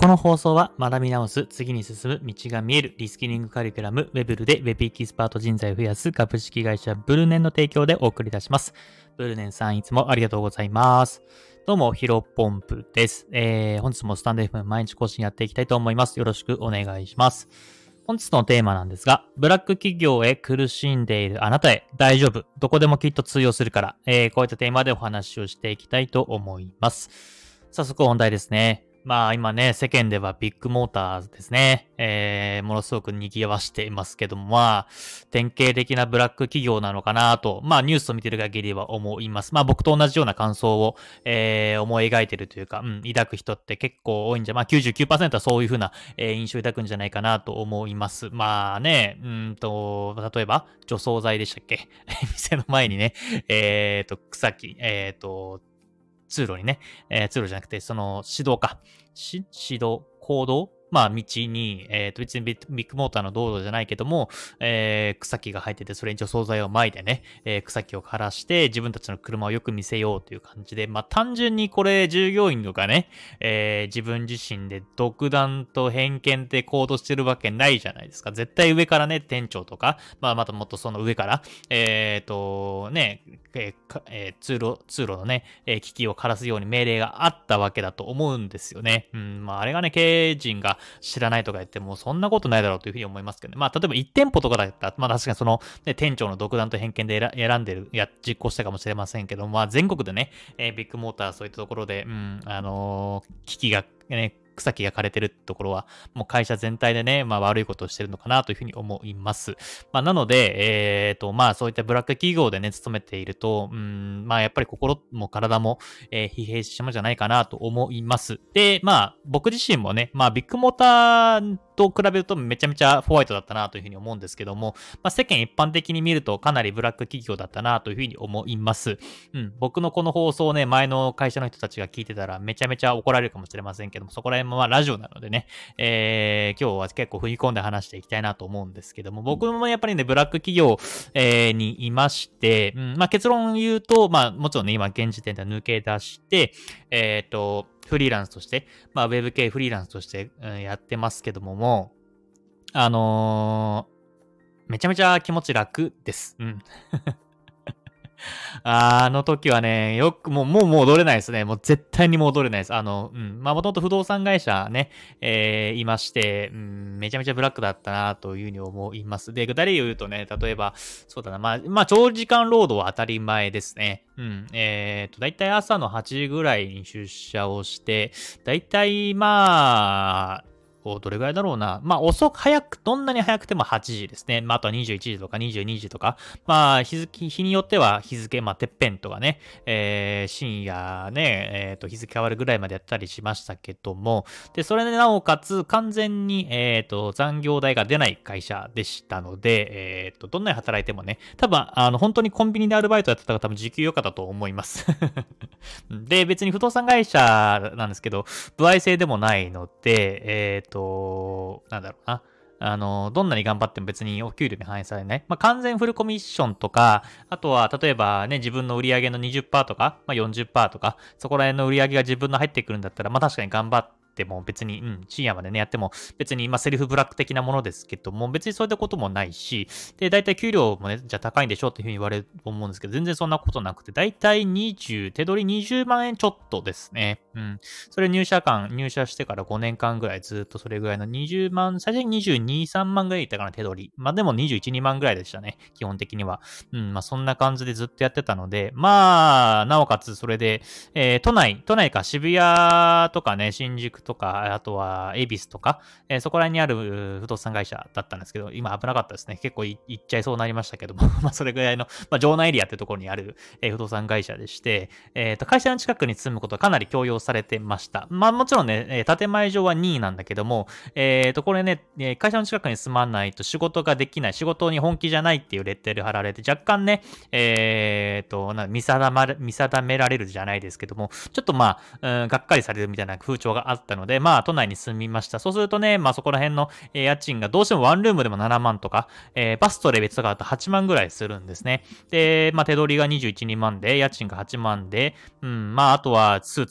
この放送は学び直す、次に進む、道が見える、リスキリングカリキュラム、ウェブルで Web エキスパート人材を増やす株式会社ブルネンの提供でお送りいたします。ブルネンさんいつもありがとうございます。どうも、ヒロポンプです。本日もスタンド FM 毎日更新やっていきたいと思います。よろしくお願いします。本日のテーマなんですが、ブラック企業へ苦しんでいるあなたへ大丈夫。どこでもきっと通用するから、こういったテーマでお話をしていきたいと思います。早速本題ですね。今ね、世間ではビッグモーターですね。ものすごく賑わしていますけども、典型的なブラック企業なのかなと、ニュースを見てる限りは思います。僕と同じような感想を、思い描いてるというか、抱く人って結構多いんじゃ、99% はそういう風な、印象を抱くんじゃないかなと思います。例えば、除草剤でしたっけ店の前にね、草木、通路にね、通路じゃなくて、その、指導か。指導、行動道に、別にビッグモーターの道路じゃないけども、草木が生えてて、それに除草剤を撒いてね、草木を枯らして、自分たちの車をよく見せようという感じで、単純にこれ、従業員とかね、自分自身で独断と偏見で行動してるわけないじゃないですか。絶対上からね、店長とか、またもっとその上から、通路のね、機器を枯らすように命令があったわけだと思うんですよね。あれがね、経営陣が知らないとか言っても、そんなことないだろうというふうに思いますけどね。例えば1店舗とかだったら、確かにその、ね、店長の独断と偏見で選んでる、実行したかもしれませんけども、全国でね、ビッグモーターそういったところで、機器がね、草木が枯れてるところは、もう会社全体でね、悪いことをしてるのかなというふうに思います。なので、そういったブラック企業でね、勤めていると、やっぱり心も体も、疲弊してしまうんじゃないかなと思います。で、僕自身もね、ビッグモーターと比べるとめちゃめちゃホワイトだったなというふうに思うんですけども、世間一般的に見るとかなりブラック企業だったなというふうに思います。僕のこの放送をね、前の会社の人たちが聞いてたらめちゃめちゃ怒られるかもしれませんけども、そこら辺もラジオなのでね、今日は結構踏み込んで話していきたいなと思うんですけども、僕もやっぱりね、ブラック企業、にいまして、結論言うと、もちろんね、今現時点では抜け出して、フリーランスとして、ウェブ系フリーランスとして、やってますけども、めちゃめちゃ気持ち楽です。あの時はね、もう戻れないですね。もう絶対に戻れないです。もともと不動産会社ね、いまして、めちゃめちゃブラックだったなというふうに思います。で、具体例を言うとね、例えば、そうだな、長時間労働は当たり前ですね。だいたい朝の8時ぐらいに出社をして、だいたいどれぐらいだろうな。どんなに早くても8時ですね。あとは21時とか22時とか。日によっては日付、てっぺんとかね、深夜ね、日付変わるぐらいまでやったりしましたけども、で、それでなおかつ完全に、残業代が出ない会社でしたので、どんなに働いてもね、多分、本当にコンビニでアルバイトやってたら多分時給良かったと思います。で、別に不動産会社なんですけど、歩合制でもないので、なんだろうな。どんなに頑張っても別にお給料に反映されない。完全フルコミッションとか、あとは、例えばね、自分の売り上げの 20% とか、40% とか、そこら辺の売り上げが自分の入ってくるんだったら、確かに頑張っても別に、深夜までね、やっても別に、セルフブラック的なものですけども、別にそういったこともないし、で、大体給料もね、じゃあ高いんでしょっていうふうに言われると思うんですけど、全然そんなことなくて、大体手取り20万円ちょっとですね。それ入社してから5年間ぐらいずっとそれぐらいの20万、最初に22、3万ぐらいいったかな、手取り。でも21、2万ぐらいでしたね、基本的には。そんな感じでずっとやってたので、なおかつそれで、都内か渋谷とかね、新宿とか、あとは恵比寿とか、そこら辺にある不動産会社だったんですけど、今危なかったですね。結構行っちゃいそうになりましたけども、それぐらいの、城内エリアってところにある、不動産会社でして、会社の近くに住むことはかなり強要されてました。もちろんね、建前上は任意なんだけども、これね、会社の近くに住まないと仕事ができない、仕事に本気じゃないっていうレッテル貼られて、若干ね、見定められるじゃないですけども、ちょっとがっかりされるみたいな風潮があったので、都内に住みました。そうするとね、そこら辺の家賃がどうしてもワンルームでも7万とか、バスとレベツとかだと8万ぐらいするんですね。で、手取りが21、2万で、家賃が8万で、あとはスーツ買ったりと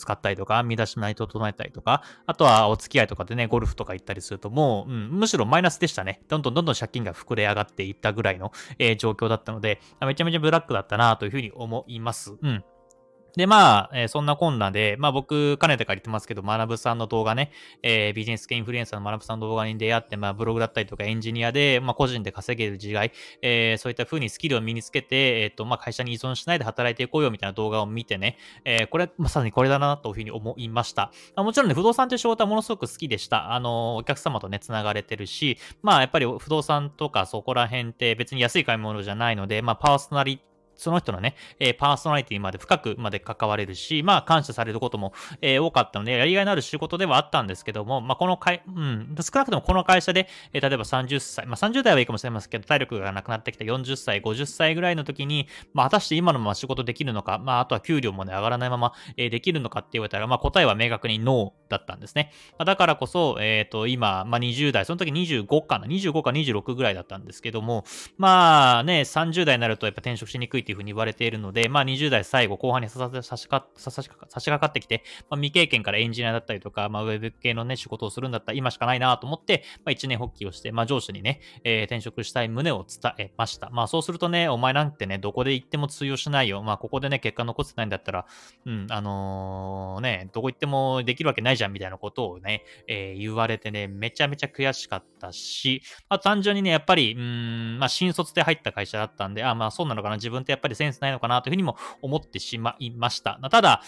とか、身だしなみ整えたりとか、あとはお付き合いとかでね、ゴルフとか行ったりするともう、むしろマイナスでしたね。どんどん借金が膨れ上がっていったぐらいの、状況だったので、めちゃめちゃブラックだったなというふうに思います。うん。で、そんなこんなで、僕、かねてから言ってますけど、学さんの動画ね、ビジネス系インフルエンサーの学さんの動画に出会って、ブログだったりとかエンジニアで、個人で稼げる時代、そういった風にスキルを身につけて、会社に依存しないで働いていこうよみたいな動画を見てね、これ、まさにこれだなというふうに思いました。もちろんね、不動産という仕事はものすごく好きでした。お客様とね、繋がれてるし、やっぱり不動産とかそこら辺って別に安い買い物じゃないので、パーソナリその人のね、パーソナリティまで深くまで関われるし、感謝されることも、多かったので、やりがいのある仕事ではあったんですけども、少なくともこの会社で、例えば30歳、30代はいいかもしれませんけど、体力がなくなってきた40歳、50歳ぐらいの時に、果たして今のまま仕事できるのか、あとは給料もね、上がらないまま、できるのかって言われたら、答えは明確にノーだったんですね。だからこそ、今、20代、その時25かな、25か26ぐらいだったんですけども、30代になるとやっぱ転職しにくいっていう風に言われているので、20代最後、後半に差し掛かってきて、未経験からエンジニアだったりとか、ウェブ系のね、仕事をするんだったら今しかないなと思って、一年発起をして、上司にね、転職したい旨を伝えました。そうするとね、お前なんてね、どこで行っても通用しないよ。ここでね、結果残せないんだったら、どこ行ってもできるわけないじゃんみたいなことをね、言われてね、めちゃめちゃ悔しかったし、単純にね、やっぱり、新卒で入った会社だったんで、そうなのかな、自分ってやっぱりセンスないのかなというふうにも思ってしまいました。ただ、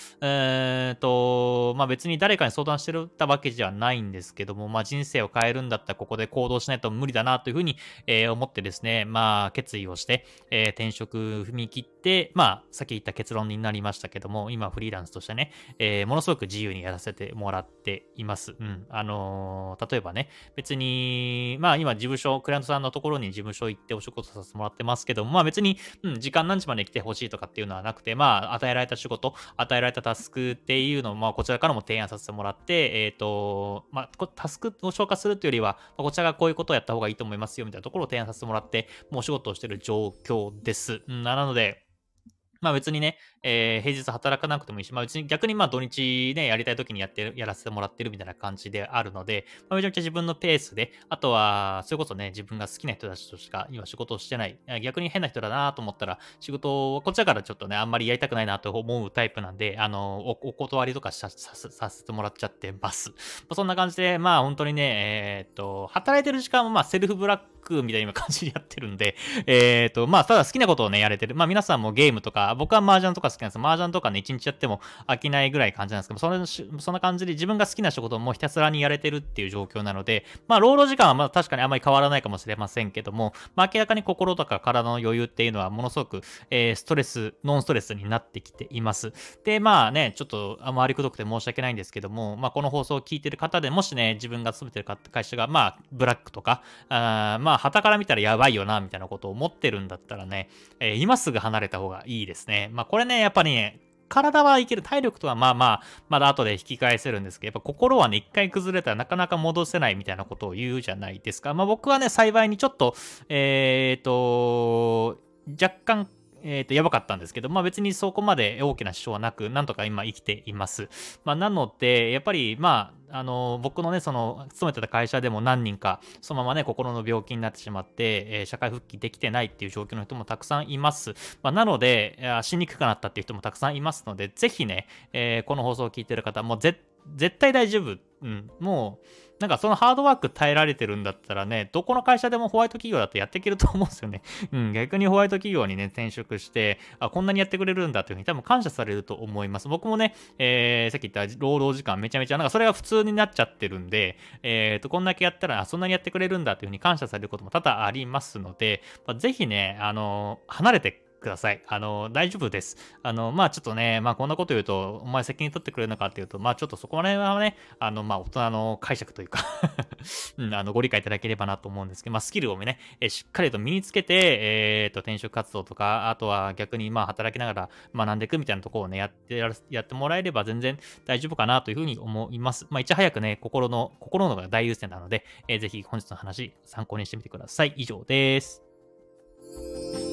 別に誰かに相談してたわけじゃないんですけども、人生を変えるんだったらここで行動しないと無理だなというふうに、思ってですね、決意をして、転職踏み切って、さっき言った結論になりましたけども、今フリーランスとしてね、ものすごく自由にやらせてもらっています。例えばね、別に、今事務所、クライアントさんのところに事務所行ってお仕事させてもらってますけども、別に、時間何時まで来てほしいとかっていうのはなくて、与えられた仕事、与えられたタスクっていうのを、こちらからも提案させてもらって、タスクを消化するというよりは、こちらがこういうことをやった方がいいと思いますよ、みたいなところを提案させてもらって、もうお仕事をしている状況です。なので、別にね、平日働かなくてもいいし、別に逆に土日ね、やりたい時にやらせてもらってるみたいな感じであるので、めちゃめちゃ自分のペースで、あとは、それこそね、自分が好きな人たちとしか今仕事をしてない。逆に変な人だなと思ったら、仕事をこっちらからちょっとね、あんまりやりたくないなと思うタイプなんで、お断りとかさせてもらっちゃってます。そんな感じで、本当にね、働いてる時間もセルフブラックみたいな感じでやってるんで、ただ好きなことをね、やれてる。皆さんもゲームとか、僕は麻雀とか好きなんです。麻雀とかね、一日やっても飽きないぐらい感じなんですけど、そんな感じで自分が好きな仕事をもうひたすらにやれてるっていう状況なので、労働時間は確かにあんまり変わらないかもしれませんけども、明らかに心とか体の余裕っていうのはものすごく、ノンストレスになってきています。で、ちょっと回りくどくて申し訳ないんですけども、この放送を聞いてる方でもしね、自分が勤めてる会社が、ブラックとか、旗から見たらやばいよな、みたいなことを思ってるんだったらね、今すぐ離れた方がいいですね。これね、やっぱりね、体はいける。体力とはまだ後で引き返せるんですけど、やっぱ心はね、一回崩れたらなかなか戻せないみたいなことを言うじゃないですか。僕はね、幸いにちょっと、若干、やばかったんですけど、別にそこまで大きな支障はなく、なんとか今生きています。なので、やっぱり、僕のね、勤めてた会社でも何人か、そのままね、心の病気になってしまって、社会復帰できてないっていう状況の人もたくさんいます。なので、しにくくなったっていう人もたくさんいますので、ぜひね、この放送を聞いてる方、もう絶対大丈夫。もう、なんかそのハードワーク耐えられてるんだったらね、どこの会社でもホワイト企業だとやっていけると思うんですよね。逆にホワイト企業にね、転職して、こんなにやってくれるんだというふうに多分感謝されると思います。僕もね、さっき言った労働時間めちゃめちゃ、なんかそれが普通になっちゃってるんで、こんだけやったら、そんなにやってくれるんだというふうに感謝されることも多々ありますので、ぜひね、離れてください。大丈夫です。ちょっとね、こんなこと言うと、お前責任取ってくれるのかっていうと、ちょっとそこら辺はね、大人の解釈というかご理解いただければなと思うんですけど、スキルをね、しっかりと身につけて、転職活動とか、あとは逆に働きながら学んでいくみたいなところをね、やってもらえれば全然大丈夫かなというふうに思います。いち早くね、心のが大優先なので、ぜひ本日の話参考にしてみてください。以上です。